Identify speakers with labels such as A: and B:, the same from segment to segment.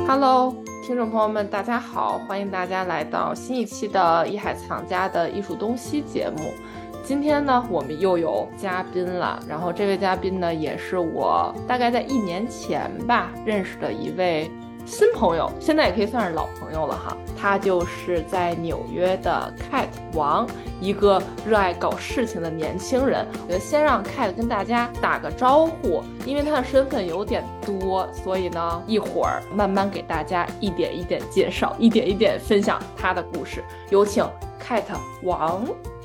A: Hello，听众朋友们，大家好，欢迎大家来到新一期的艺海藏家的艺术东西节目。今天呢，我们又有嘉宾了，然后这位嘉宾呢，也是我大概在1年前吧认识的一位新朋友，现在也可以算是老朋友了哈。他就是在纽约的 Cat 王，一个热爱搞事情的年轻人。我觉得先让 Cat 跟大家打个招呼，因为他的身份有点多，所以呢，一会儿慢慢给大家一点一点介绍，一点一点分享他的故事。有请 Cat 王。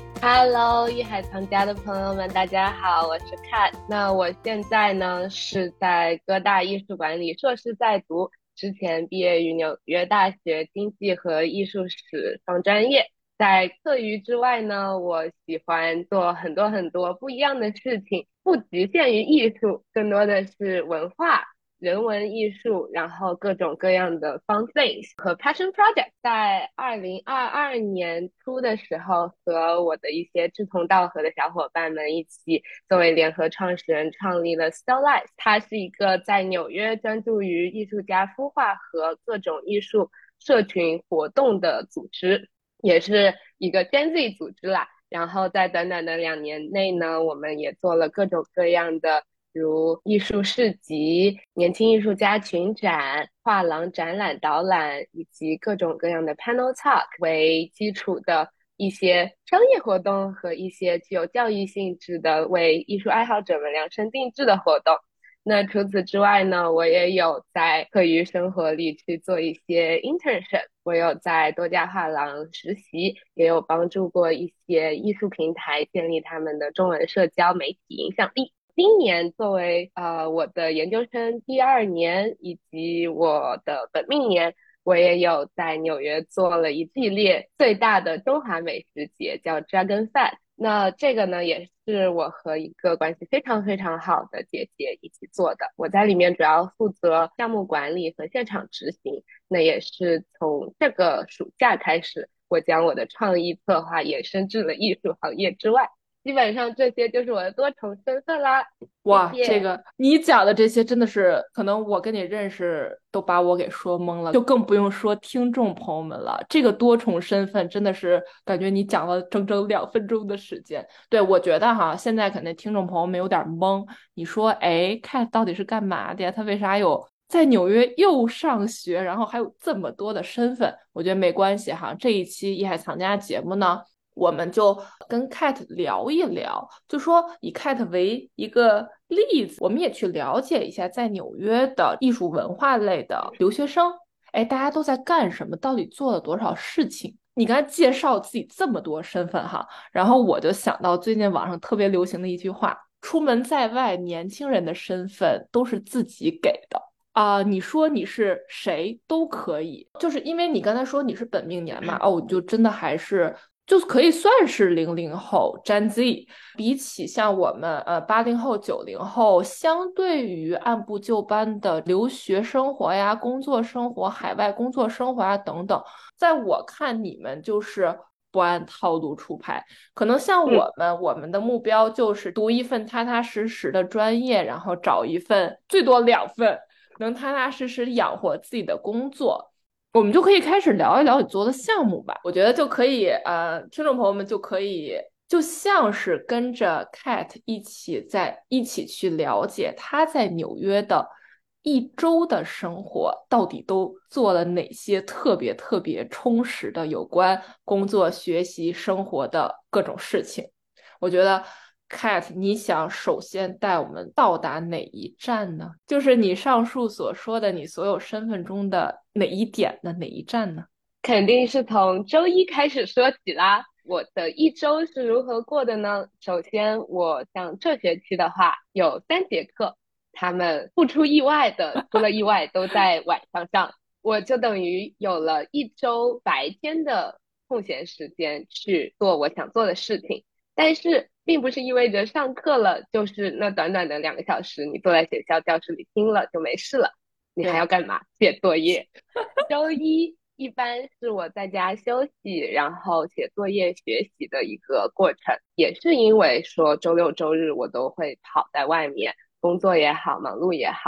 B: Hello，艺海藏家的朋友们，大家好，我是 Cat。那我现在呢是在哥大艺术管理硕士在读，之前毕业于纽约大学经济和艺术史双专业。在课余之外呢，我喜欢做很多很多不一样的事情，不局限于艺术，更多的是文化、人文艺术，然后各种各样的 fun things 和 passion project。在2022年初的时候，和我的一些志同道合的小伙伴们一起作为联合创始人创立了 Still Life。它是一个在纽约专注于艺术家孵化和各种艺术社群活动的组织，也是一个 Gen Z 组织啦。然后在短短的2年内呢，我们也做了各种各样的如艺术市集、年轻艺术家群展、画廊展览导览，以及各种各样的 panel talk 为基础的一些商业活动和一些具有教育性质的为艺术爱好者们量身定制的活动。那除此之外呢，我也有在课余生活里去做一些 internship， 我有在多家画廊实习，也有帮助过一些艺术平台建立他们的中文社交媒体影响力。今年作为我的研究生第2年以及我的本命年，我也有在纽约做了一系列最大的中华美食节，叫 Dragon Fest。那这个呢，也是我和一个关系非常非常好的姐姐一起做的。我在里面主要负责项目管理和现场执行。那也是从这个暑假开始，我将我的创意策划延伸至了艺术行业之外。基本上这些就是我的多重身份啦。
A: 哇，
B: 谢谢。
A: 这个你讲的这些真的是，可能我跟你认识都把我给说懵了，就更不用说听众朋友们了。这个多重身份真的是感觉你讲了整整2分钟的时间。对，我觉得哈，现在可能听众朋友们有点懵。你说，哎，看到底是干嘛的呀？他为啥有在纽约又上学，然后还有这么多的身份？我觉得没关系哈。这一期艺海藏家节目呢，我们就跟 Cat 聊一聊，就说以 Cat 为一个例子，我们也去了解一下在纽约的艺术文化类的留学生，哎，大家都在干什么？到底做了多少事情？你刚才介绍自己这么多身份哈，然后我就想到最近网上特别流行的一句话：出门在外，年轻人的身份都是自己给的。你说你是谁都可以，就是因为你刚才说你是本命年嘛，哦，就真的还是就是可以算是00后 Gen Z，比起像我们80后、90后，相对于按部就班的留学生活呀、工作生活、海外工作生活啊等等，在我看你们就是不按套路出牌。可能像
B: 嗯，
A: 我们的目标就是读一份踏踏实实的专业，然后找一份最多2份能踏踏实实养活自己的工作。我们就可以开始聊一聊你做的项目吧。我觉得就可以，听众朋友们就可以就像是跟着 Cat 一起去了解他在纽约的1周的生活，到底都做了哪些特别特别充实的有关工作、学习、生活的各种事情。我觉得 Cat，你想首先带我们到达哪一站呢？就是你上述所说的你所有身份中的哪一点的哪一站呢？
B: 肯定是从周一开始说起啦。我的一周是如何过的呢？首先，我像这学期的话，有3节课，他们不出意外的，出了意外都在晚上上，我就等于有了一周白天的空闲时间去做我想做的事情。但是，并不是意味着上课了，就是那短短的2个小时，你坐在学校教室里听了就没事了，你还
A: 对，
B: 要干嘛？写作业。周一一般是我在家休息，然后写作业、学习的一个过程。也是因为说周六周日我都会跑在外面工作也好，忙碌也好。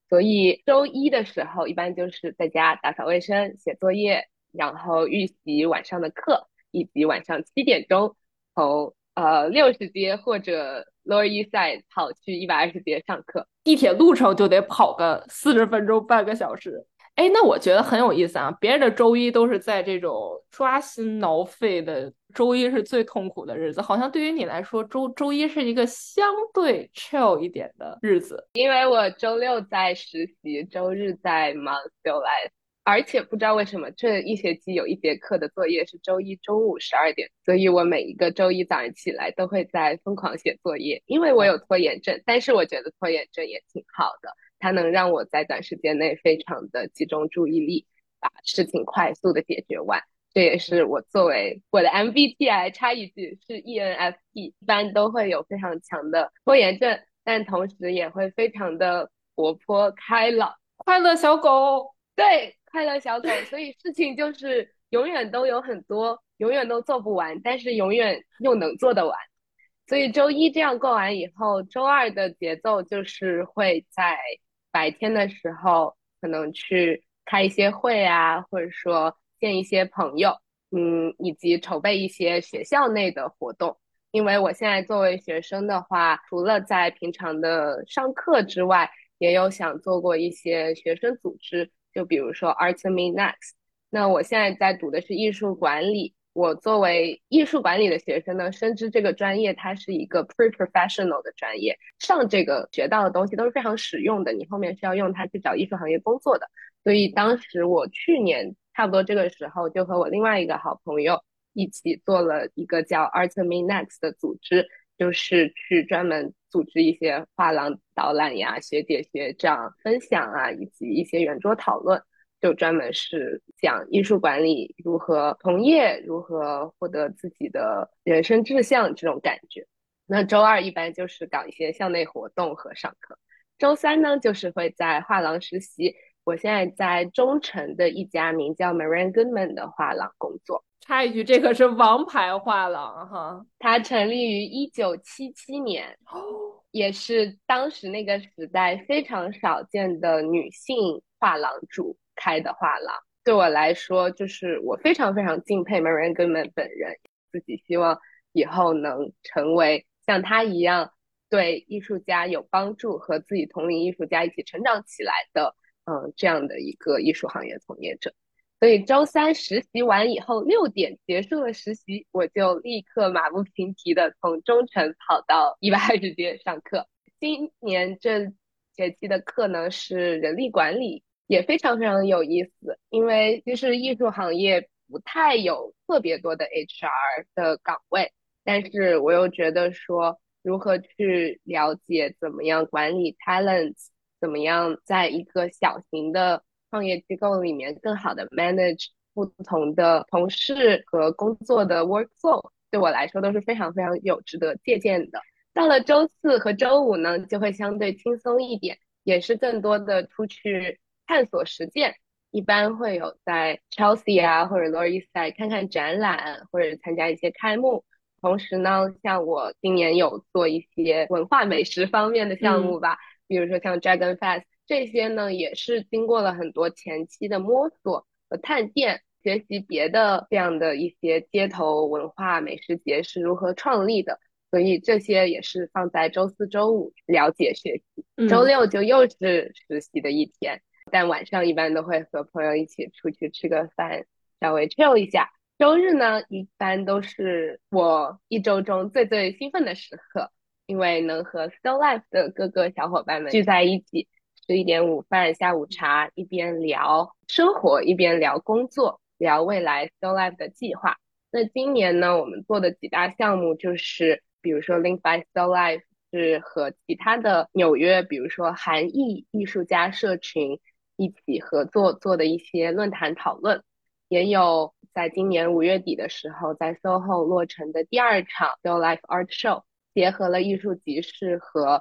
B: 所以周一的时候一般就是在家打扫卫生、写作业，然后预习晚上的课，以及晚上7点钟从60街或者 Lower East Side 跑去120街上课。
A: 地铁路程就得跑个40分钟，半个小时。哎，那我觉得很有意思啊！别人的周一都是在这种抓心挠肺的，周一是最痛苦的日子。好像对于你来说，周一是一个相对 chill 一点的日子。
B: 因为我周六在实习，周日在忙 still life，而且不知道为什么这一学期有一节课的作业是周一中午12点，所以我每一个周一早上起来都会在疯狂写作业。因为我有拖延症，但是我觉得拖延症也挺好的，它能让我在短时间内非常的集中注意力，把事情快速的解决完。这也是我作为我的 MBTI 插一句是 ENFP，一般都会有非常强的拖延症，但同时也会非常的活泼开朗。
A: 快乐小狗。
B: 对，快乐小狗，所以事情就是永远都有很多，永远都做不完，但是永远又能做得完。所以周一这样过完以后，周二的节奏就是会在白天的时候可能去开一些会啊，或者说见一些朋友，以及筹备一些学校内的活动。因为我现在作为学生的话，除了在平常的上课之外，也有想做过一些学生组织，就比如说 Art Me Next。那我现在在读的是艺术管理，我作为艺术管理的学生呢，深知这个专业它是一个 pre-professional 的专业，上这个学到的东西都是非常实用的，你后面是要用它去找艺术行业工作的。所以当时我去年差不多这个时候，就和我另外一个好朋友一起做了一个叫 Art Me Next 的组织，就是去专门组织一些画廊导览呀、学姐学长分享啊，以及一些圆桌讨论。就专门是讲艺术管理如何从业，如何获得自己的人生志向这种感觉。那周二一般就是搞一些校内活动和上课，周三呢就是会在画廊实习。我现在在中城的一家名叫 Marian Goodman 的画廊工作。
A: 插一句，这可是王牌画廊哈。
B: 它成立于1977年，
A: 哦，
B: 也是当时那个时代非常少见的女性画廊主开的画廊。对我来说，就是我非常非常敬佩 Marian Goodman 本人，自己希望以后能成为像她一样对艺术家有帮助和自己同龄艺术家一起成长起来的，这样的一个艺术行业从业者。所以周三实习完以后6点结束了实习，我就立刻马不停蹄的从中城跑到120街上课。今年这学期的课呢是人力管理，也非常非常有意思，因为其实艺术行业不太有特别多的 HR 的岗位，但是我又觉得说如何去了解怎么样管理 talents，怎么样在一个小型的创业机构里面更好的 manage 不同的同事和工作的 workflow，对我来说都是非常非常有值得借鉴的。到了周四和周五呢，就会相对轻松一点，也是更多的出去探索实践。一般会有在 Chelsea 啊或者 Lower East Side 看看展览，或者参加一些开幕。同时呢，像我今年有做一些文化美食方面的项目
A: 嗯，
B: 吧，比如说像 Dragon Fest 这些呢，也是经过了很多前期的摸索和探店，学习别的这样的一些街头文化美食节是如何创立的，所以这些也是放在周四周五了解学习。周
A: 嗯，
B: 六就又是实习的一天，但晚上一般都会和朋友一起出去吃个饭，稍微 chill 一下。周日呢，一般都是我一周中最最兴奋的时刻，因为能和 Still Life 的各个小伙伴们聚在一起，吃一点午饭、下午茶，一边聊生活，一边聊工作，聊未来 Still Life 的计划。那今年呢，我们做的几大项目就是，比如说 Link by Still Life 是和其他的纽约，比如说韩裔艺术家社群一起合作做的一些论坛讨论，也有在今年5月底的时候，在 SOHO 落成的第二场 Still Life Art Show，结合了艺术集市和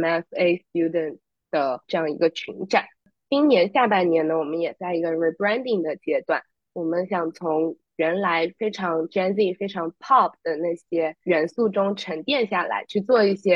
B: MFA student 的这样一个群展。今年下半年呢，我们也在一个 rebranding 的阶段，我们想从原来非常 Gen Z、非常 pop 的那些元素中沉淀下来，去做一些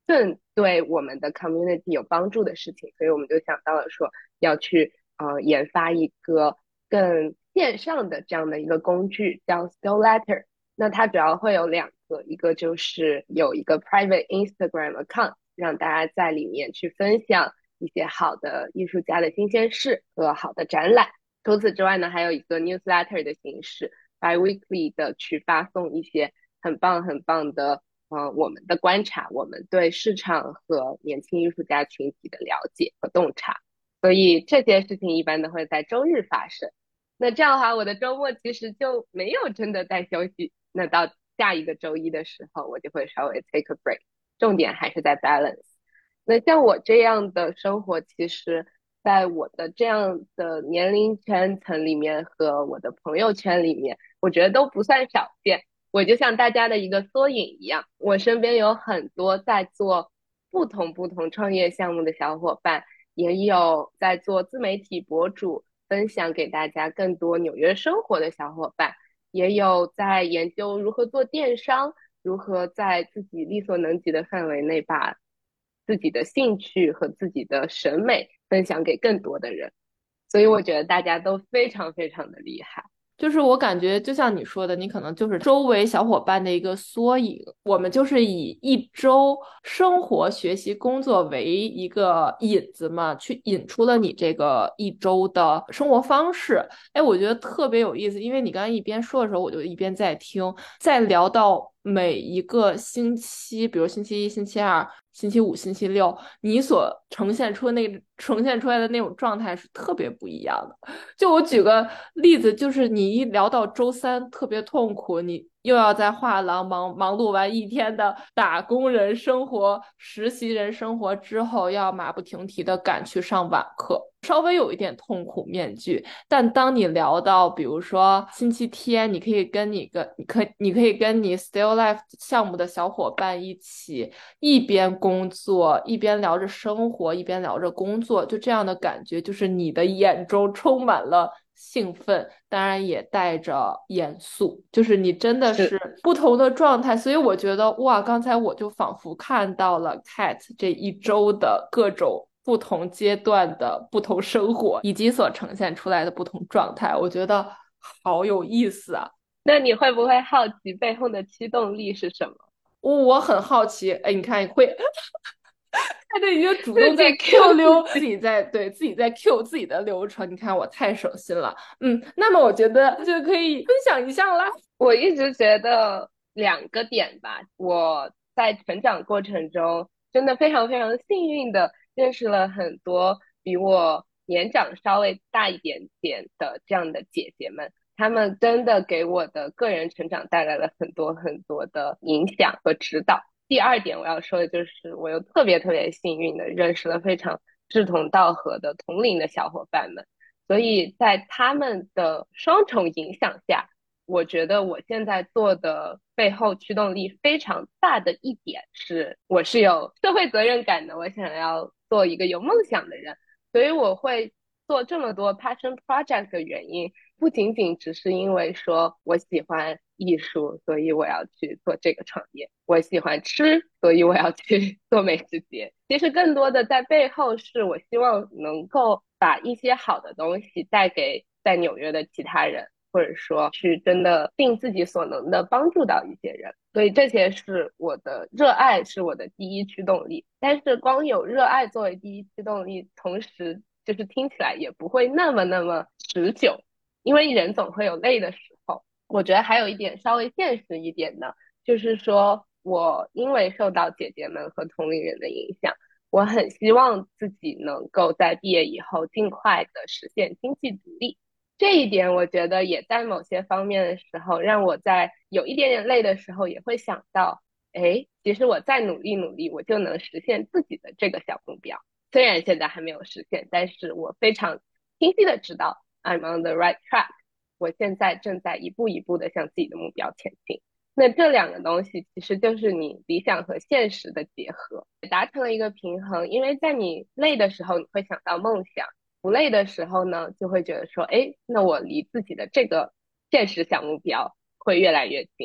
B: 更对我们的 community 有帮助的事情，所以我们就想到了说要去研发一个更线上的这样的一个工具，叫 Still Letter。那它主要会有两个，一个就是有一个 private Instagram account，让大家在里面去分享一些好的艺术家的新鲜事和好的展览。除此之外呢，还有一个 newsletter 的形式，bi-weekly 的去发送一些很棒很棒的我们的观察，我们对市场和年轻艺术家群体的了解和洞察。所以这些事情一般都会在周日发生。那这样的话，我的周末其实就没有真的在休息。那到下一个周一的时候，我就会稍微 take a break，重点还是在 balance。那像我这样的生活，其实在我的这样的年龄圈层里面和我的朋友圈里面，我觉得都不算少见。我就像大家的一个缩影一样，我身边有很多在做不同创业项目的小伙伴，也有在做自媒体博主，分享给大家更多纽约生活的小伙伴，也有在研究如何做电商，如何在自己力所能及的范围内把自己的兴趣和自己的审美分享给更多的人。所以我觉得大家都非常非常的厉害。
A: 就是我感觉，就像你说的，你可能就是周围小伙伴的一个缩影。我们就是以一周生活、学习、工作为一个引子嘛，去引出了你这个一周的生活方式。哎，我觉得特别有意思，因为你刚刚一边说的时候，我就一边在听，在聊到每一个星期，比如星期一、星期二、星期五、星期六，你所呈现出来的那种状态是特别不一样的。就我举个例子，就是你一聊到周三特别痛苦，你又要在画廊忙碌完一天的打工人生活、实习人生活之后，要马不停蹄的赶去上晚课，稍微有一点痛苦面具。但当你聊到，比如说星期天，你可以跟你 Still Life 项目的小伙伴一起，一边工作一边聊着生活，一边聊着工作，就这样的感觉，就是你的眼中充满了兴奋，当然也带着严肃，就是你真的
B: 是
A: 是不同的状态。所以我觉得，哇，刚才我就仿佛看到了 Cat 这一周的各种不同阶段的不同生活，以及所呈现出来的不同状态，我觉得好有意思啊！
B: 那你会不会好奇背后的驱动力是什么？
A: 我很好奇，哎，你看会他就已经主动在
B: 自己 Q 自
A: 溜自
B: 己。
A: 己在对自己在 Q 自己的流程，你看我太省心了。那么我觉得就可以分享一下啦。
B: 我一直觉得两个点吧，我在成长过程中真的非常非常幸运的认识了很多比我年长稍微大一点点的这样的姐姐们，她们真的给我的个人成长带来了很多很多的影响和指导。第二点我要说的就是，我又特别特别幸运的认识了非常志同道合的同龄的小伙伴们，所以在他们的双重影响下，我觉得我现在做的背后驱动力非常大的一点是，我是有社会责任感的，我想要做一个有梦想的人，所以我会做这么多 passion project 的原因，不仅仅只是因为说我喜欢艺术，所以我要去做这个创业；我喜欢吃，所以我要去做美食节。其实更多的在背后是我希望能够把一些好的东西带给在纽约的其他人。或者说去真的尽自己所能的帮助到一些人，所以这些是我的热爱，是我的第一驱动力。但是光有热爱作为第一驱动力，同时就是听起来也不会那么持久，因为人总会有累的时候。我觉得还有一点稍微现实一点的，就是说我因为受到姐姐们和同龄人的影响，我很希望自己能够在毕业以后尽快的实现经济独立。这一点我觉得也在某些方面的时候，让我在有一点点累的时候，也会想到，哎，其实我再努力努力，我就能实现自己的这个小目标。虽然现在还没有实现，但是我非常清晰的知道 I'm on the right track，我现在正在一步一步的向自己的目标前进。那这两个东西其实就是你理想和现实的结合，达成了一个平衡。因为在你累的时候，你会想到梦想。不累的时候呢，就会觉得说，哎，那我离自己的这个现实小目标会越来越近。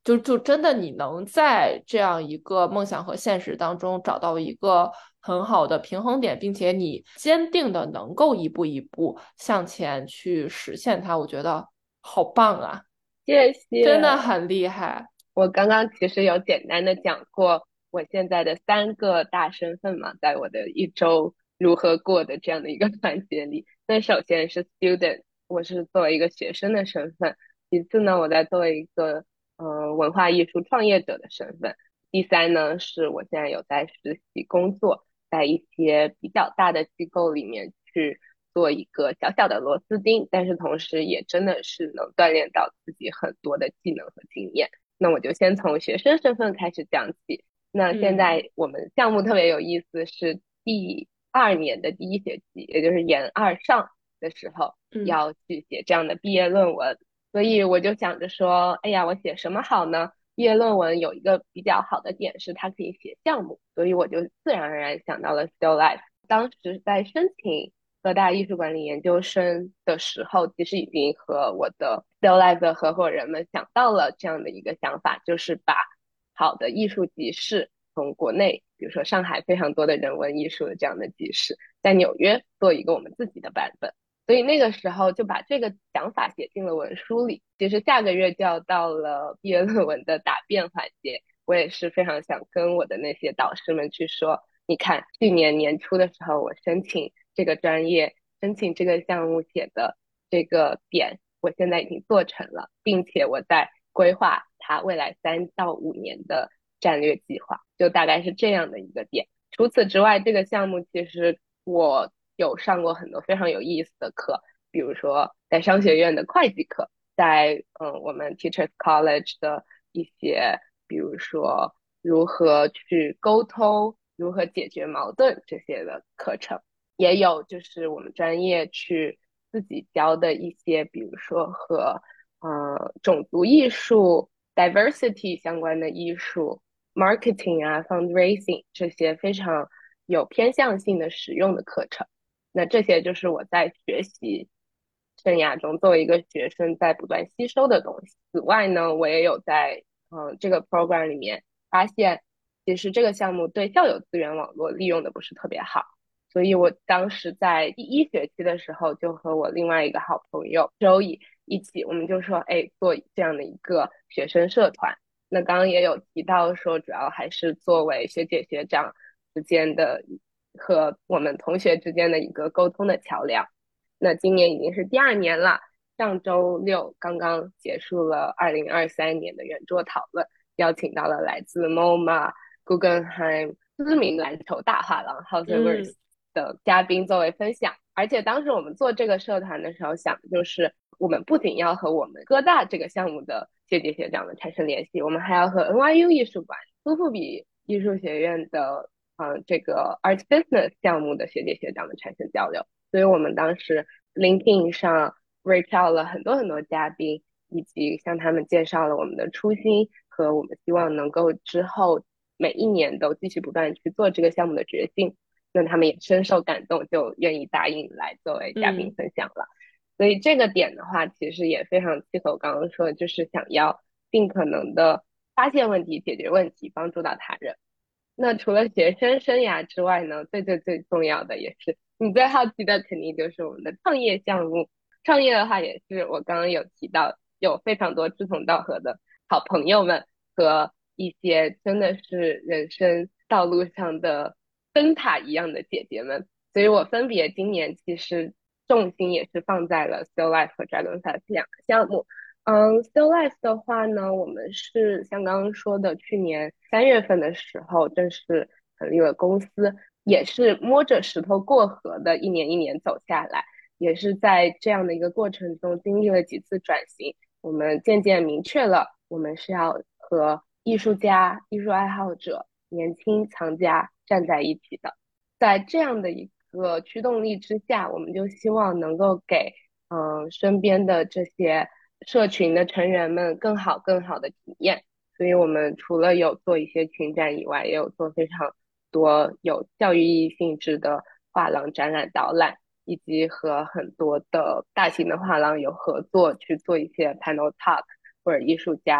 A: 就真的你能在这样一个梦想和现实当中找到一个很好的平衡点，并且你坚定的能够一步一步向前去实现它，我觉得好棒啊，
B: 谢谢。
A: 真的很厉害。
B: 我刚刚其实有简单的讲过我现在的3个大身份嘛，在我的一周如何过的这样的一个环节里。那首先是 student，我是作为一个学生的身份；其次呢，我在作为一个文化艺术创业者的身份；第三呢，是我现在有在实习工作，在一些比较大的机构里面去做一个小小的螺丝钉，但是同时也真的是能锻炼到自己很多的技能和经验。那我就先从学生身份开始讲起。那现
A: 嗯
B: 在我们项目特别有意思，是第2年的第一学期，也就是研二上的时候
A: 嗯
B: 要去写这样的毕业论文。所以我就想着说，哎呀，我写什么好呢？毕业论文有一个比较好的点是它可以写项目，所以我就自然而然想到了 Still Life。当时在申请浙大艺术管理研究生的时候，其实已经和我的 Still Life 的合伙人们想到了这样的一个想法，就是把好的艺术集市从国内，比如说上海非常多的人文艺术的这样的集市，在纽约做一个我们自己的版本。所以那个时候就把这个想法写进了文书里。其实下个月就要到了毕业论文的答辩环节，我也是非常想跟我的那些导师们去说，你看去年年初的时候，我申请这个专业，申请这个项目写的这个点，我现在已经做成了，并且我在规划它未来3到5年的战略计划，就大概是这样的一个点。除此之外，这个项目其实我有上过很多非常有意思的课，比如说在商学院的会计课，在我们 Teachers College 的一些，比如说如何去沟通、如何解决矛盾这些的课程，也有就是我们专业去自己教的一些，比如说和种族艺术、diversity 相关的艺术。marketing 啊、fundraising 这些非常有偏向性的实用的课程。那这些就是我在学习生涯中作为一个学生在不断吸收的东西。此外呢，我也有在这个 program 里面发现，其实这个项目对校友资源网络利用的不是特别好。所以我当时在第一学期的时候，就和我另外一个好朋友周易一起，我们就说，哎，做这样的一个学生社团。那刚刚也有提到说，主要还是作为学姐学长之间的和我们同学之间的一个沟通的桥梁。那今年已经是第2年了，上周六刚刚结束了2023年的圆桌讨论，邀请到了来自 MoMA、Guggenheim 知名篮球大画廊 Houseverse
A: 嗯
B: 的嘉宾作为分享。而且当时我们做这个社团的时候，想的就是我们不仅要和我们哥大这个项目的学姐学长们产生联系，我们还要和 NYU 艺术馆、苏富比艺术学院的这个 Art Business 项目的学姐学长们产生交流。所以我们当时 LinkedIn 上 reach out 了很多很多嘉宾，以及向他们介绍了我们的初心和我们希望能够之后每一年都继续不断去做这个项目的决心。那他们也深受感动，就愿意答应来作为嘉宾
A: 嗯。
B: 分享了。所以这个点的话，其实也非常契合我刚刚说的，就是想要尽可能的发现问题、解决问题、帮助到他人。那除了学生生涯之外呢，最重要的也是你最好奇的，肯定就是我们的创业项目。创业的话，也是我刚刚有提到，有非常多志同道合的好朋友们和一些真的是人生道路上的灯塔一样的姐姐们。所以我分别今年其实重心也是放在了 Still Life 和 Dragonfly 2个项目。Still Life 的话呢，我们是像刚刚说的，去年3月份的时候正式成立了公司，也是摸着石头过河的，一年一年走下来，也是在这样的一个过程中经历了几次转型，我们渐渐明确了，我们是要和艺术家、艺术爱好者、年轻藏家站在一起的。在这样的一个驱动力之下，我们就希望能够给身边的这些社群的成员们更好的体验。所以我们除了有做一些群展以外，也有做非常多有教育意义性质的画廊展览导览，以及和很多的大型的画廊有合作去做一些 panel talk 或者艺术家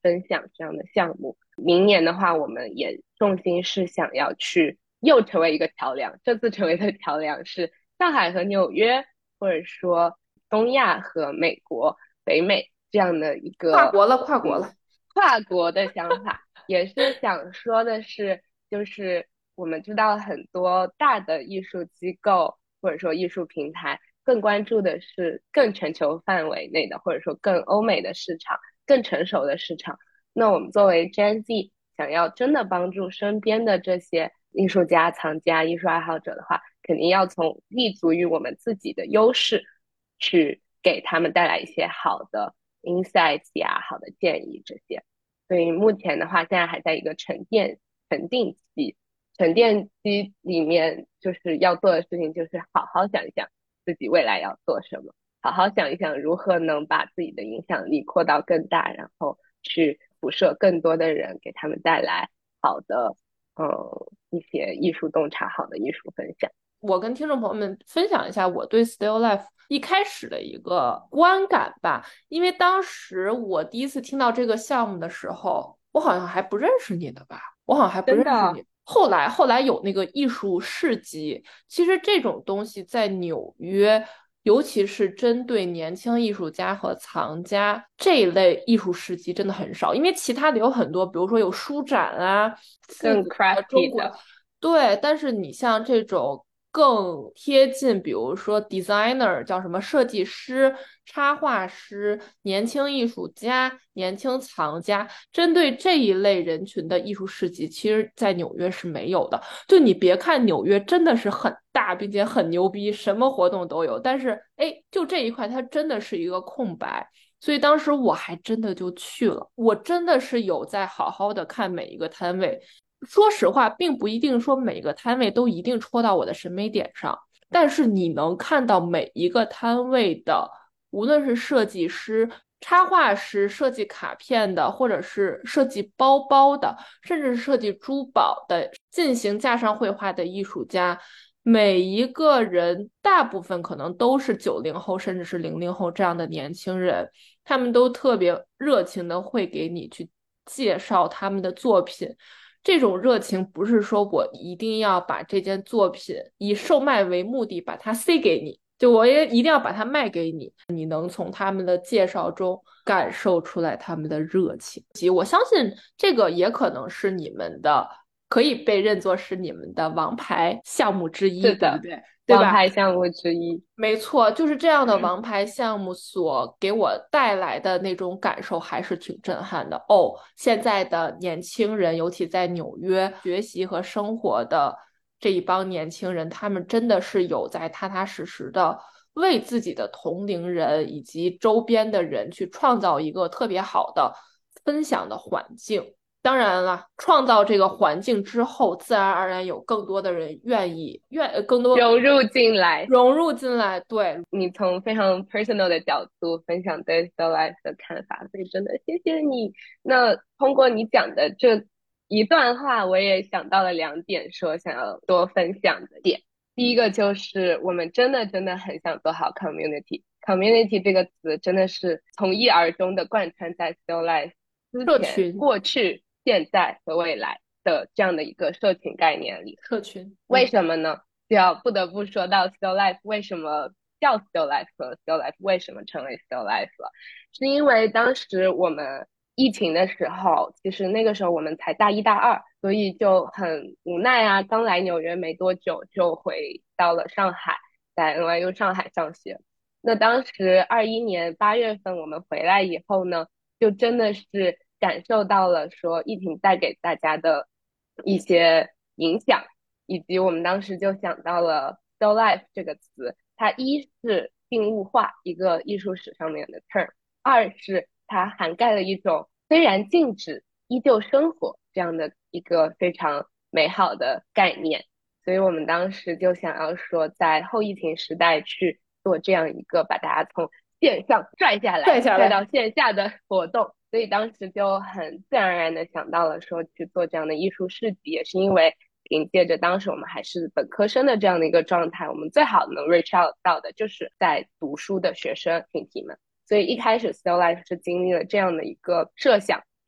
B: 分享这样的项目。明年的话，我们也重心是想要去又成为一个桥梁，这次成为的桥梁是上海和纽约，或者说东亚和美国、北美这样的一个
A: 跨国了，跨国了。
B: 跨国的想法。也是想说的是，就是我们知道很多大的艺术机构或者说艺术平台更关注的是更全球范围内的，或者说更欧美的市场、更成熟的市场。那我们作为 Gen Z，想要真的帮助身边的这些艺术家、藏家、艺术爱好者的话，肯定要从立足于我们自己的优势，去给他们带来一些好的 insights 呀、好的建议这些。所以目前的话，现在还在一个沉淀期。沉淀期里面，就是要做的事情，就是好好想一想自己未来要做什么，好好想一想如何能把自己的影响力扩到更大，然后去辐射更多的人，给他们带来好的，一些艺术洞察，好的艺术分享。
A: 我跟听众朋友们分享一下我对 Still Life 一开始的一个观感吧，因为当时我第一次听到这个项目的时候，我好像还不认识你的吧，我好像还不
B: 真的
A: 认识你。后来有那个艺术市集，其实这种东西在纽约，尤其是针对年轻艺术家和藏家这一类艺术市集真的很少，因为其他的有很多，比如说有书展啊，复
B: 更
A: 古的中
B: crafty
A: 国。
B: 的，
A: 对，但是你像这种更贴近，比如说 designer 叫什么设计师、插画师、年轻艺术家、年轻藏家，针对这一类人群的艺术市集，其实在纽约是没有的。就你别看纽约真的是很大，并且很牛逼，什么活动都有，但是哎，就这一块它真的是一个空白。所以当时我还真的就去了，我真的是有在好好的看每一个摊位，说实话，并不一定说每个摊位都一定戳到我的审美点上，但是你能看到每一个摊位的，无论是设计师、插画师、设计卡片的，或者是设计包包的，甚至是设计珠宝的，进行架上绘画的艺术家。每一个人，大部分可能都是90后，甚至是00后这样的年轻人，他们都特别热情的会给你去介绍他们的作品，这种热情不是说我一定要把这件作品以售卖为目的把它塞给你，就我也一定要把它卖给你。你能从他们的介绍中感受出来他们的热情，我相信这个也可能是你们的，可以被认作是你们的王牌项目之一，
B: 是的，
A: 对不对？对
B: 王
A: 吧？
B: 牌项目之一。
A: 没错，就是这样的王牌项目所给我带来的那种感受还是挺震撼的哦。现在的年轻人，尤其在纽约学习和生活的这一帮年轻人，他们真的是有在踏踏实实的为自己的同龄人以及周边的人去创造一个特别好的分享的环境。当然了，创造这个环境之后，自然而然有更多的人更多
B: 融入进来。
A: 融入进来。对，
B: 你从非常 personal 的角度分享对 still life 的看法，所以真的谢谢你。那通过你讲的这一段话，我也想到了2点，说想要多分享的点。第一个就是我们真的真的很想做好 community，community 这个词真的是从一而终的贯穿在 still life 之前、
A: 社群，
B: 过去、现在和未来的这样的一个社群概念里。
A: 社群，
B: 为什么呢？就要不得不说到 Still Life 为什么叫 Still Life 和 Still Life 为什么成为 Still Life 了，是因为当时我们疫情的时候，其实那个时候我们才大一大二，所以就很无奈啊，刚来纽约没多久就回到了上海，在 NYU 上海上学。那当时21年8月份我们回来以后呢，就真的是感受到了说疫情带给大家的一些影响，以及我们当时就想到了 still life 这个词，它一是静物化一个艺术史上面的 term，二是它涵盖了一种虽然静止依旧生活这样的一个非常美好的概念。所以我们当时就想要说，在后疫情时代去做这样一个把大家从线上拽下来、
A: 拽下来。
B: 拽到线下的活动。所以当时就很自然而然的想到了说去做这样的艺术市集，也是因为凭借着当时我们还是本科生的这样的一个状态，我们最好能 reach out 到的就是在读书的学生群体们。所以一开始 Still Life 是经历了这样的一个设想，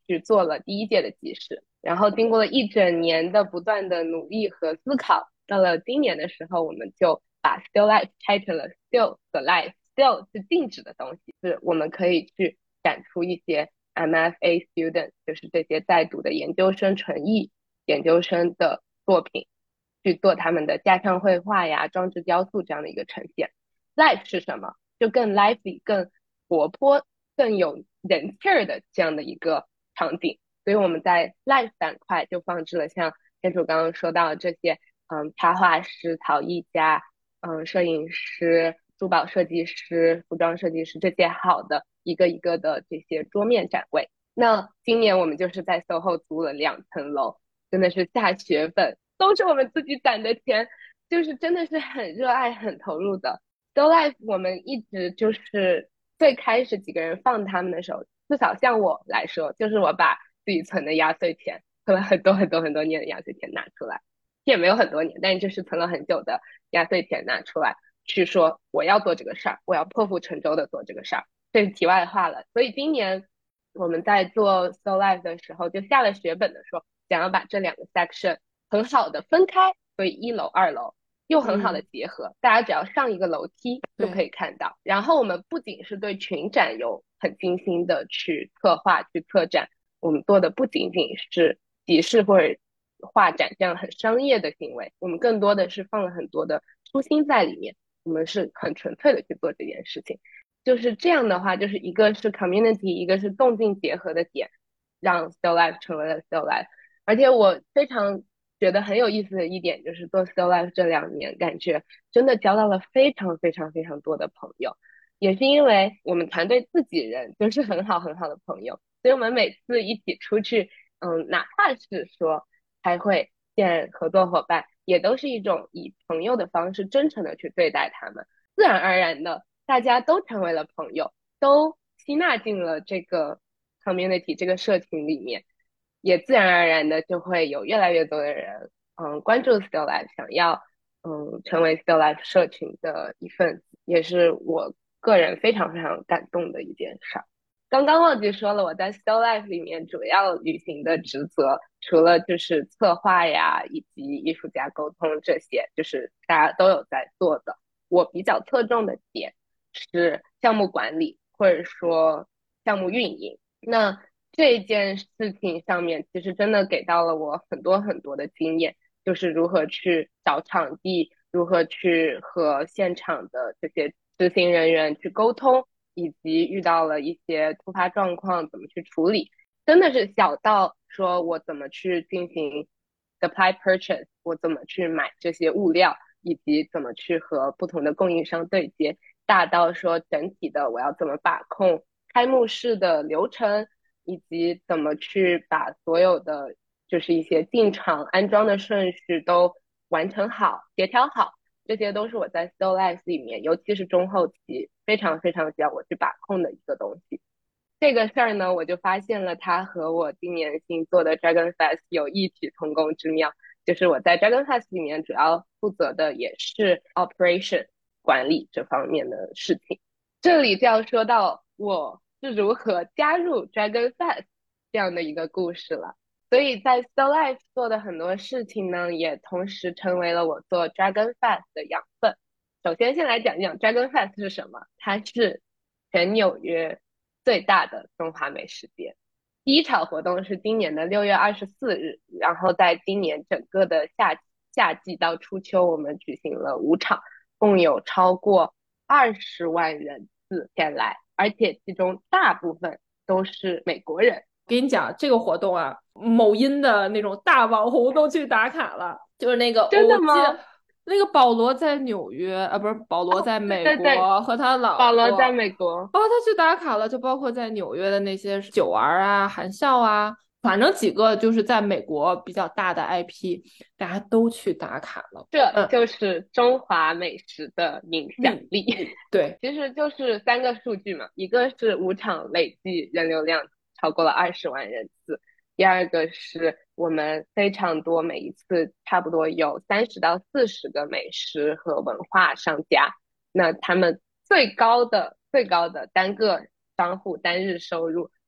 B: 去做了第一届的集市。然后经过了一整年的不断的努力和思考，到了今年的时候，我们就把 Still Life 拆成了 Still 的 Life。Still 是静止的东西，是我们可以去展出一些 MFA student，就是这些在读的研究生纯艺研究生的作品，去做他们的架上绘画呀、装置雕塑这样的一个呈现。Life 是什么？就更 lively、更活泼、更有人气儿的这样的一个场景。所以我们在 Life 板块就放置了像店主刚刚说到的这些，插画师、陶艺家，摄影师、珠宝设计师、服装设计师这些好的一个一个的这些桌面展位。那今年我们就是在 SOHO 租了2层楼，真的是下血本，都是我们自己攒的钱，就是真的是很热爱、很投入的。Still Life 我们一直就是最开始几个人放他们的时候，至少像我来说，就是我把自己存的压岁钱，存了很多很多很多年的压岁钱拿出来，也没有很多年，但是就是存了很久的压岁钱拿出来，去说我要做这个事儿，我要破釜沉舟的做这个事儿。这是题外话了。所以今年我们在做 Still Life 的时候，就下了血本的说，想要把这两个 section 很好的分开，所以1楼、2楼又很好的结合，大家只要上一个楼梯就可以看到。然后我们不仅是对群展有很精心的去策划、去策展，我们做的不仅仅是集市或者画展这样很商业的行为，我们更多的是放了很多的初心在里面，我们是很纯粹的去做这件事情。就是这样的话，就是一个是 community，一个是动静结合的点，让 Still Life 成为了 Still Life。而且我非常觉得很有意思的一点就是做 Still Life 这2年，感觉真的交到了非常非常非常多的朋友，也是因为我们团队自己人就是很好很好的朋友，所以我们每次一起出去，哪怕是说开会见合作伙伴，也都是一种以朋友的方式真诚的去对待他们，自然而然的大家都成为了朋友，都吸纳进了这个 community 这个社群里面，也自然而然的就会有越来越多的人，关注 Still Life，想要成为 Still Life 社群的一份子，也是我个人非常非常感动的一件事儿。刚刚忘记说了，我在 Still Life 里面主要履行的职责，除了就是策划呀，以及艺术家沟通这些，就是大家都有在做的。我比较侧重的点是项目管理，或者说项目运营。那这件事情上面，其实真的给到了我很多很多的经验，就是如何去找场地，如何去和现场的这些执行人员去沟通，以及遇到了一些突发状况怎么去处理，真的是小到说我怎么去进行 supply purchase，我怎么去买这些物料，以及怎么去和不同的供应商对接，大到说整体的我要怎么把控开幕式的流程，以及怎么去把所有的就是一些进场安装的顺序都完成好、协调好，这些都是我在 Still Life 里面，尤其是中后期非常非常需要我去把控的一个东西。这个事儿呢，我就发现了它和我今年新做的 Dragon Fest 有异曲同工之妙，就是我在 Dragon Fest 里面主要负责的也是 operation 管理这方面的事情。这里就要说到我是如何加入 Dragon Fest 这样的一个故事了。所以在 Still Life 做的很多事情呢，也同时成为了我做 Dragon Fest 的养分。首先，先来讲一讲 Dragon Fest 是什么。它是全纽约最大的中华美食节。第一场活动是今年的6月24日，然后在今年整个的夏季到初秋，我们举行了5场，共有超过20万人次前来，而且其中大部分都是美国人。
A: 给你讲这个活动啊，某音的那种大网红都去打卡了，就是那个
B: 真的吗？
A: 我记得那个保罗在纽约啊，不是保罗在美
B: 对对对，
A: 国和他老婆，
B: 保罗在美国。
A: 包括他去打卡了，就包括在纽约的那些九儿啊、韩笑啊，反正几个就是在美国比较大的 IP，大家都去打卡了。
B: 这就是中华美食的影响力。
A: 对，
B: 其实就是3个数据嘛，一个是5场累计人流量超过了20万人次，第二个是我们非常多，每一次差不多有30到40个美食和文化商家，那他们最高的单个商户单日收入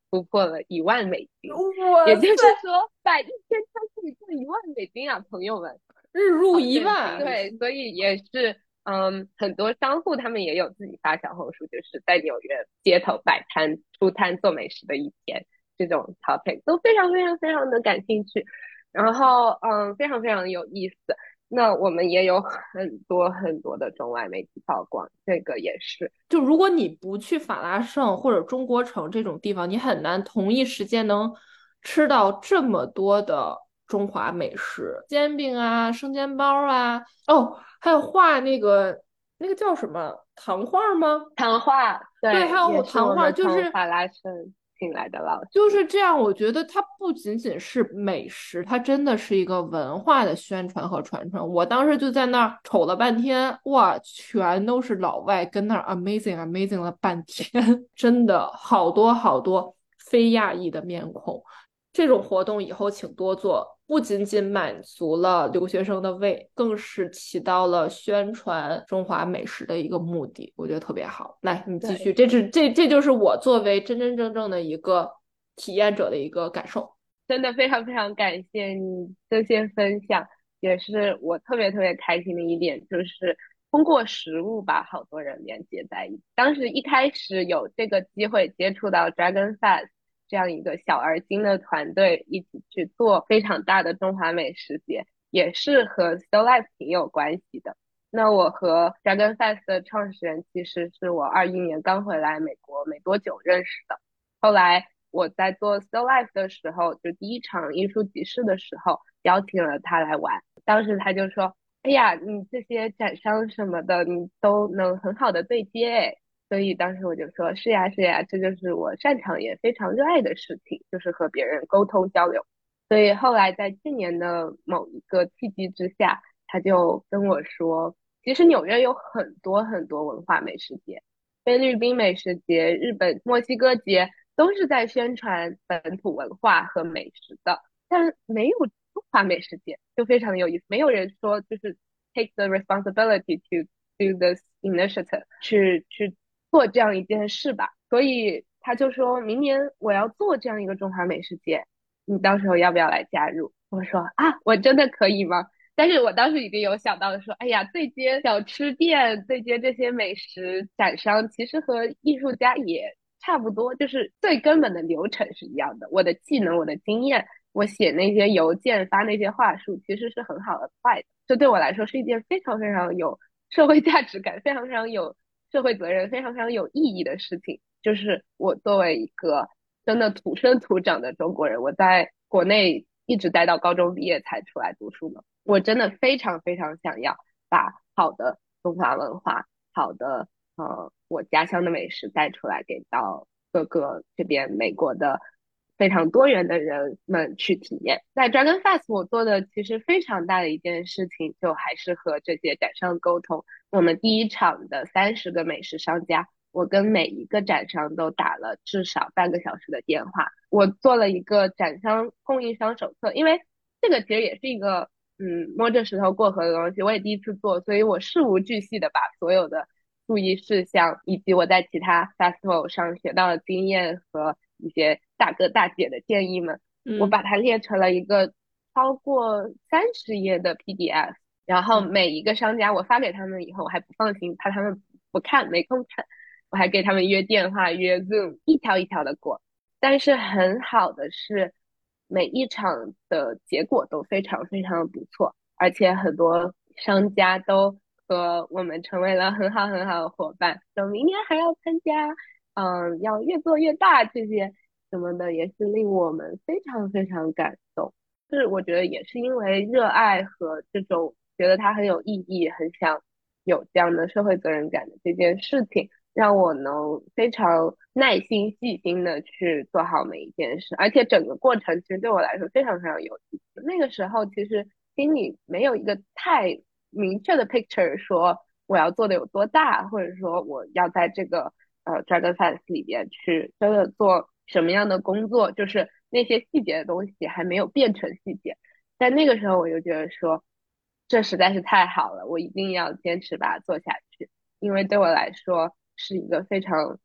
B: 突破了1万美金，也
A: 哇塞，
B: 就是说把1000餐可以赚1万美金啊，朋友们，
A: 日入
B: 好
A: 一万，
B: 震惊！对，所以也是，很多商户他们也有自己发小红书，就是在纽约街头摆摊、出摊做美食的一天，这种 topic 都非常非常非常的感兴趣，然后非常非常有意思。那我们也有很多很多的中外媒体曝光，这个也是
A: 就如果你不去法拉盛或者中国城这种地方，你很难同一时间能吃到这么多的中华美食，煎饼啊、生煎包啊，哦，还有画那个叫什么糖画吗？
B: 谈话，
A: 对，还
B: 对，也
A: 有糖画，
B: 是我们
A: 就是
B: 从法拉盛请来的老师。
A: 就是这样。我觉得它不仅仅是美食，它真的是一个文化的宣传和传承。我当时就在那儿瞅了半天，哇，全都是老外跟那儿 amazing amazing 了半天，真的好多好多非亚裔的面孔。这种活动以后请多做，不仅仅满足了留学生的胃，更是起到了宣传中华美食的一个目的，我觉得特别好。来，你继续，
B: 对，
A: 这就是我作为真真正正的一个体验者的一个感受。
B: 真的非常非常感谢你这些分享，也是我特别特别开心的一点，就是通过食物把好多人连接在一起。当时一开始有这个机会接触到 Dragon Fest 这样一个小而精的团队，一起去做非常大的中华美食节，也是和 Still Life 挺有关系的。那我和 Dragon Fest 的创始人其实是我21年刚回来美国没多久认识的。后来我在做 Still Life 的时候，就第一场艺术集市的时候，邀请了他来玩。当时他就说：“哎呀，你这些展商什么的，你都能很好的对接诶。”所以当时我就说：“是呀，是呀，这就是我擅长也非常热爱的事情，就是和别人沟通交流。”所以后来在去年的某一个契机之下，他就跟我说，其实纽约有很多很多文化美食节，菲律宾美食节、日本墨西哥节都是在宣传本土文化和美食的，但没有中华美食节，就非常有意思。没有人说就是 take the responsibility to do this initiative，去做这样一件事吧。所以他就说明年我要做这样一个中华美食节，你到时候要不要来加入？我说啊，我真的可以吗？但是我当时已经有想到了说，哎呀，对接小吃店，对接这些美食展商，其实和艺术家也差不多，就是最根本的流程是一样的。我的技能，我的经验，我写那些邮件、发那些话术，其实是很好的快的。这对我来说是一件非常非常有社会价值感、非常非常有社会责任、非常非常有意义的事情。就是我作为一个真的土生土长的中国人，我在国内一直待到高中毕业才出来读书嘛。我真的非常非常想要把好的中华文化、好的我家乡的美食带出来，给到各个这边美国的非常多元的人们去体验。在 Dragon Fest 我做的其实非常大的一件事情，就还是和这些展商沟通。我们第一场的30个美食商家，我跟每一个展商都打了至少半个小时的电话。我做了一个展商供应商手册，因为这个其实也是一个摸着石头过河的东西，我也第一次做，所以我事无巨细的把所有的注意事项以及我在其他 festival 上学到的经验和一些大哥大姐的建议们，我
A: 嗯
B: 把它列成了一个超过30页的 PDF。然后
A: 嗯。
B: 每一个商家我发给他们以后，我还不放心，怕他们不看没空看，我还给他们约电话约 Zoom，一条一条的过。但是很好的是，每一场的结果都非常非常不错，而且很多商家都和我们成为了很好很好的伙伴，说明年还要参加，要越做越大这些什么的，也是令我们非常非常感动。就是我觉得也是因为热爱和这种觉得它很有意义，很想有这样的社会责任感的这件事情，让我能非常耐心细心的去做好每一件事，而且整个过程其实对我来说非常非常有意思。那个时候其实心里没有一个太明确的 picture，说我要做的有多大，或者说我要在这个Dragon Fest 里边去真的做什么样的工作，就是那些细节的东西还没有变成细节。但那个时候我就觉得说，这实在是太好了，我一定要坚持把它做下去。因为对我来说是一个非常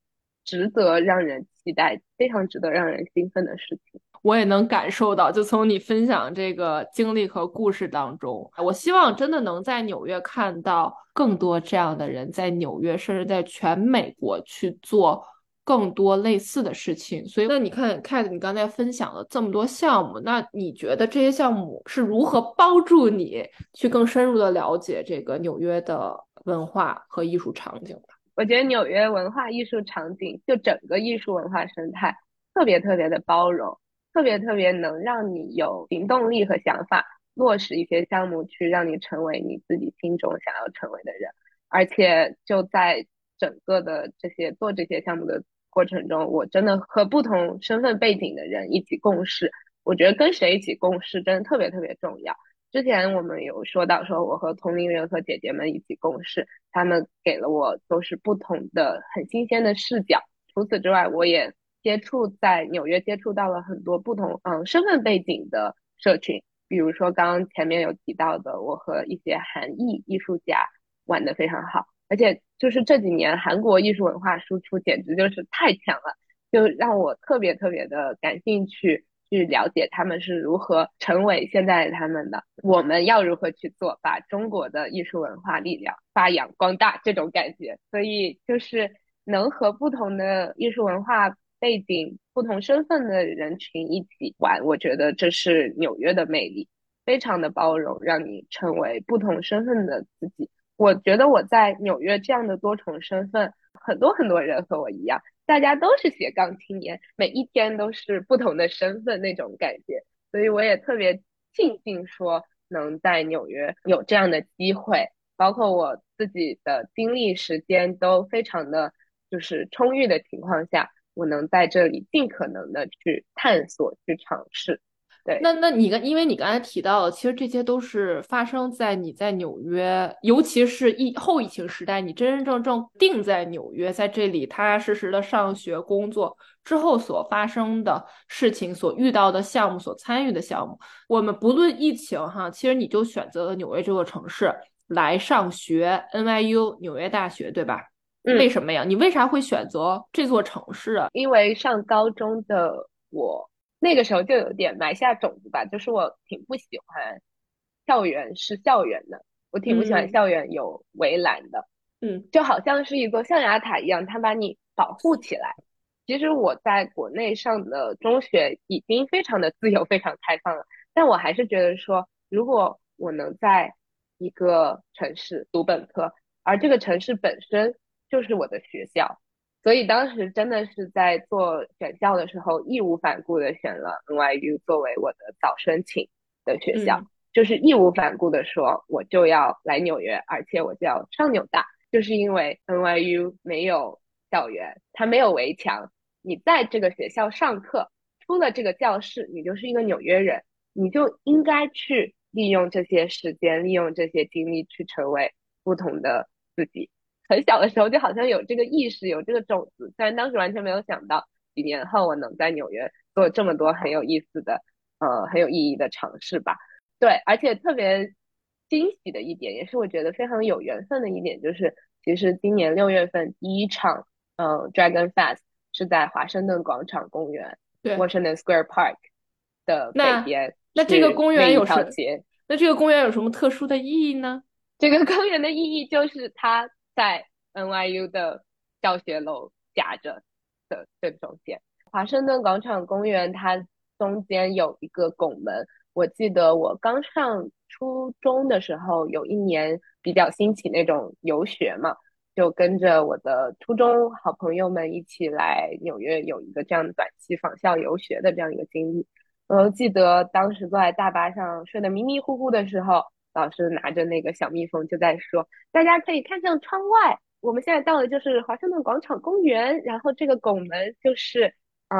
B: 值得让人期待、非常值得让人兴奋的事情。
A: 我也能感受到，就从你分享这个经历和故事当中，我希望真的能在纽约看到更多这样的人，在纽约甚至在全美国去做更多类似的事情。所以，那你看，Kat，你刚才分享了这么多项目，那你觉得这些项目是如何帮助你去更深入的了解这个纽约的文化和艺术场景的？
B: 我觉得纽约文化艺术场景就整个艺术文化生态特别特别的包容，特别特别能让你有行动力和想法，落实一些项目去让你成为你自己心中想要成为的人。而且就在整个的做这些项目的过程中，我真的和不同身份背景的人一起共事，我觉得跟谁一起共事真的特别特别重要。之前我们有说到说我和同龄人和姐姐们一起共事，他们给了我都是不同的很新鲜的视角。除此之外，我也在纽约接触到了很多不同身份背景的社群，比如说刚刚前面有提到的，我和一些韩裔艺术家玩的非常好，而且就是这几年韩国艺术文化输出简直就是太强了，就让我特别特别的感兴趣。去了解他们是如何成为现在他们的，我们要如何去做，把中国的艺术文化力量发扬光大这种感觉。所以就是能和不同的艺术文化背景、不同身份的人群一起玩，我觉得这是纽约的魅力，非常的包容，让你成为不同身份的自己。我觉得我在纽约这样的多重身份，很多很多人和我一样，大家都是斜杠青年，每一天都是不同的身份那种感觉，所以我也特别庆幸说能在纽约有这样的机会，包括我自己的精力时间都非常的就是充裕的情况下，我能在这里尽可能的去探索、去尝试。对，
A: 因为你刚才提到了，其实这些都是发生在你在纽约，尤其是后疫情时代，你真真正正定在纽约，在这里踏踏实实的上学、工作之后所发生的事情、所遇到的项目、所参与的项目。我们不论疫情哈，其实你就选择了纽约这座城市来上学，NYU 纽约大学，对吧？为
B: 嗯，
A: 什么呀？你为啥会选择这座城市啊？
B: 因为上高中的我那个时候就有点埋下种子吧，就是我挺不喜欢校园的，我挺不喜欢
A: 嗯
B: 校园有围栏的，
A: 嗯
B: 就好像是一座象牙塔一样，它把你保护起来。其实我在国内上的中学已经非常的自由、非常开放了，但我还是觉得说，如果我能在一个城市读本科，而这个城市本身就是我的学校，所以当时真的是在做选校的时候，义无反顾的选了 NYU 作为我的早申请的学校，
A: 嗯。
B: 就是义无反顾的说，我就要来纽约，而且我就要上纽大。就是因为 NYU 没有校园，它没有围墙，你在这个学校上课，出了这个教室，你就是一个纽约人，你就应该去利用这些时间，利用这些精力去成为不同的自己。很小的时候就好像有这个意识，有这个种子，虽然当时完全没有想到，几年后我能在纽约做这么多很有意思的、很有意义的尝试吧。对，而且特别惊喜的一点，也是我觉得非常有缘分的一点，就是其实今年6月份第一场Dragon Fest 是在华盛顿广场公园
A: 对，
B: Washington Square Park 的北
A: 那
B: 边，
A: 那这个
B: 是
A: 公
B: 那一
A: 园有什，
B: 条街。
A: 那这个公园有什么特殊的意义呢？
B: 这个公园的意义就是它在 NYU 的教学楼夹着的正中间。华盛顿广场公园它中间有一个拱门，我记得我刚上初中的时候，有一年比较兴起那种游学嘛，就跟着我的初中好朋友们一起来纽约，有一个这样短期访校游学的这样一个经历。我记得当时坐在大巴上睡得迷迷糊糊的时候，老师拿着那个小蜜蜂就在说，大家可以看向窗外，我们现在到的就是华盛顿广场公园，然后这个拱门就是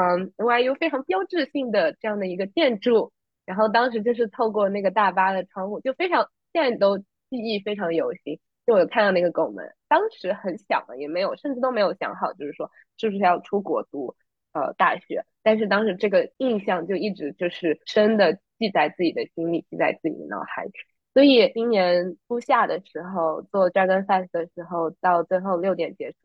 B: NYU 非常标志性的这样的一个建筑，然后当时就是透过那个大巴的窗户，就非常现在都记忆非常犹新。就我有看到那个拱门，当时很小嘛，也没有，甚至都没有想好，就是说是不是要出国读大学，但是当时这个印象就一直就是深的记在自己的心里，记在自己的脑海里。所以今年初夏的时候做 Dragon Fest 的时候，到最后6点结束了，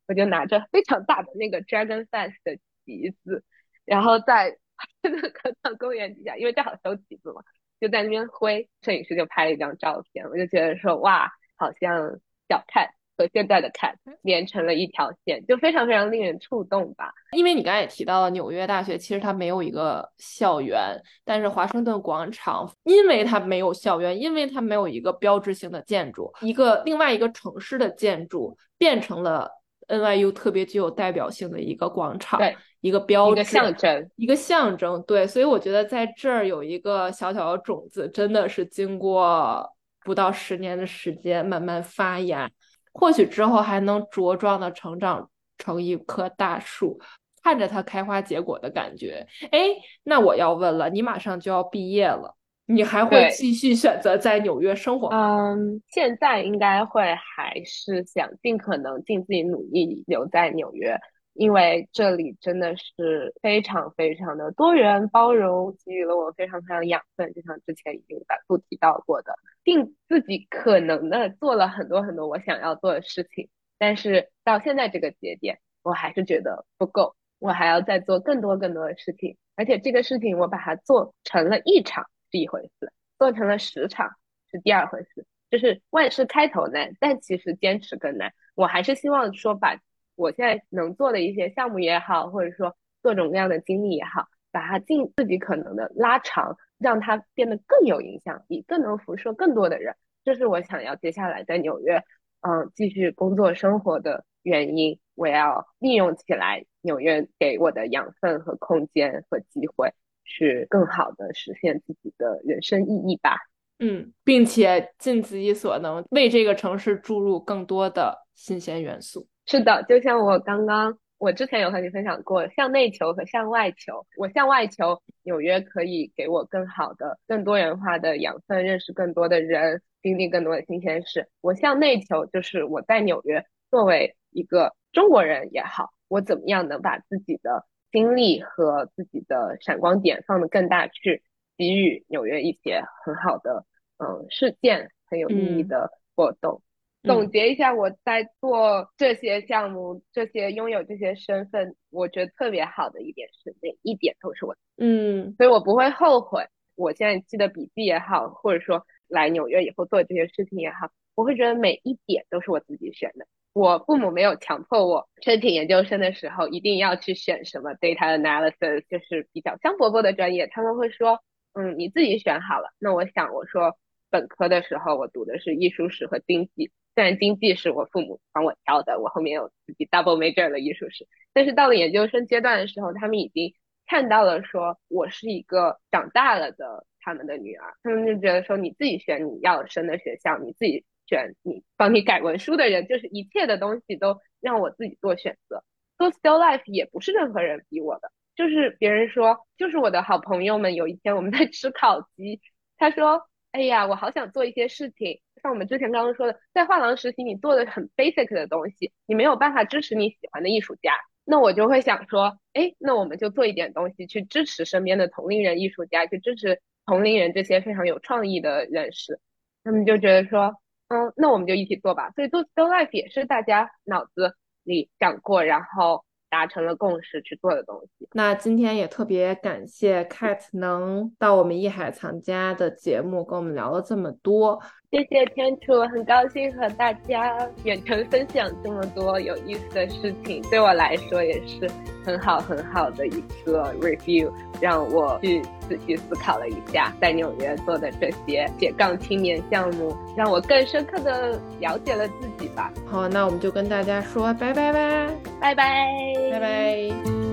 B: 我就拿着非常大的那个 Dragon Fest 的旗子，然后在那个科创公园底下，因为正好收旗子嘛，就在那边挥，摄影师就拍了一张照片，我就觉得说哇，好像小 Cat 和现在的 Cat 连成了一条线，就非常非常令人触动吧。
A: 因为你刚才也提到了纽约大学，其实它没有一个校园，但是华盛顿广场，因为它没有校园，因为它没有一个标志性的建筑，另外一个城市的建筑变成了 NYU 特别具有代表性的一个广场，
B: 对，
A: 一个标
B: 一个
A: 志，
B: 象征。
A: 一个象征。对，所以我觉得在这儿有一个小小的种子，真的是经过不到10年的时间慢慢发芽，或许之后还能茁壮的成长成一棵大树。看着它开花结果的感觉。哎，那我要问了，你马上就要毕业了，你还会
B: 对，
A: 继续选择在纽约生活吗？
B: 现在应该会还是想尽可能尽自己努力留在纽约，因为这里真的是非常非常的多元包容，给予了我非常非常养分，就像之前已经反复提到过的，尽自己可能的做了很多很多我想要做的事情，但是到现在这个节点，我还是觉得不够，我还要再做更多更多的事情，而且这个事情我把它做成了一场是一回事，做成了10场是第二回事。就是万事开头难，但其实坚持更难。我还是希望说，把我现在能做的一些项目也好，或者说各种各样的经历也好，把它尽自己可能的拉长，让它变得更有影响力，更能辐射更多的人。这是我想要接下来在纽约，继续工作生活的原因。我要利用起来纽约给我的养分和空间和机会，去更好的实现自己的人生意义吧。
A: 并且尽自己所能为这个城市注入更多的新鲜元素。
B: 是的，就像我之前有和你分享过，向内求和向外求。我向外求，纽约可以给我更好的、更多元化的养分，认识更多的人，经历更多的新鲜事。我向内求，就是我在纽约作为一个中国人也好，我怎么样能把自己的精力和自己的闪光点放得更大，去给予纽约一些很好的事件，很有意义
A: 嗯
B: 的活动。总
A: 嗯
B: 结一下，我在做这些项目，拥有这些身份，我觉得特别好的一点是，每一点都是我，
A: 嗯
B: 所以我不会后悔。我现在记的笔记也好，或者说来纽约以后做这些事情也好，我会觉得每一点都是我自己选的。我父母没有强迫我申请研究生的时候一定要去选什么 data analysis，就是比较香饽饽的专业。他们会说，你自己选好了。那我说本科的时候我读的是艺术史和经济，虽然经济是我父母帮我挑的，我后面有自己 double major 了艺术史，但是到了研究生阶段的时候，他们已经看到了说我是一个长大了的他们的女儿，他们就觉得说你自己选你要升的学校，你自己选你帮你改文书的人，就是一切的东西都让我自己做选择。做 still life 也不是任何人逼我的，就是别人说，就是我的好朋友们有一天我们在吃烤鸡，他说哎呀，我好想做一些事情，像我们之前刚刚说的，在画廊实习你做的很 basic 的东西，你没有办法支持你喜欢的艺术家，那我就会想说，哎，那我们就做一点东西去支持身边的同龄人艺术家，去支持同龄人这些非常有创意的人士。他们就觉得说，那我们就一起做吧。所以做 Still Life 也是大家脑子里想过，然后达成了共识去做的东西。
A: 那今天也特别感谢 Cat 能到我们艺海藏家的节目跟我们聊了这么多。
B: 谢谢天楚，很高兴和大家远程分享这么多有意思的事情，对我来说也是很好很好的一个 review， 让我去仔细思考了一下在纽约做的这些斜杠青年项目，让我更深刻的了解了自己吧。
A: 好，那我们就跟大家说拜拜吧，
B: 拜拜，
A: 拜拜。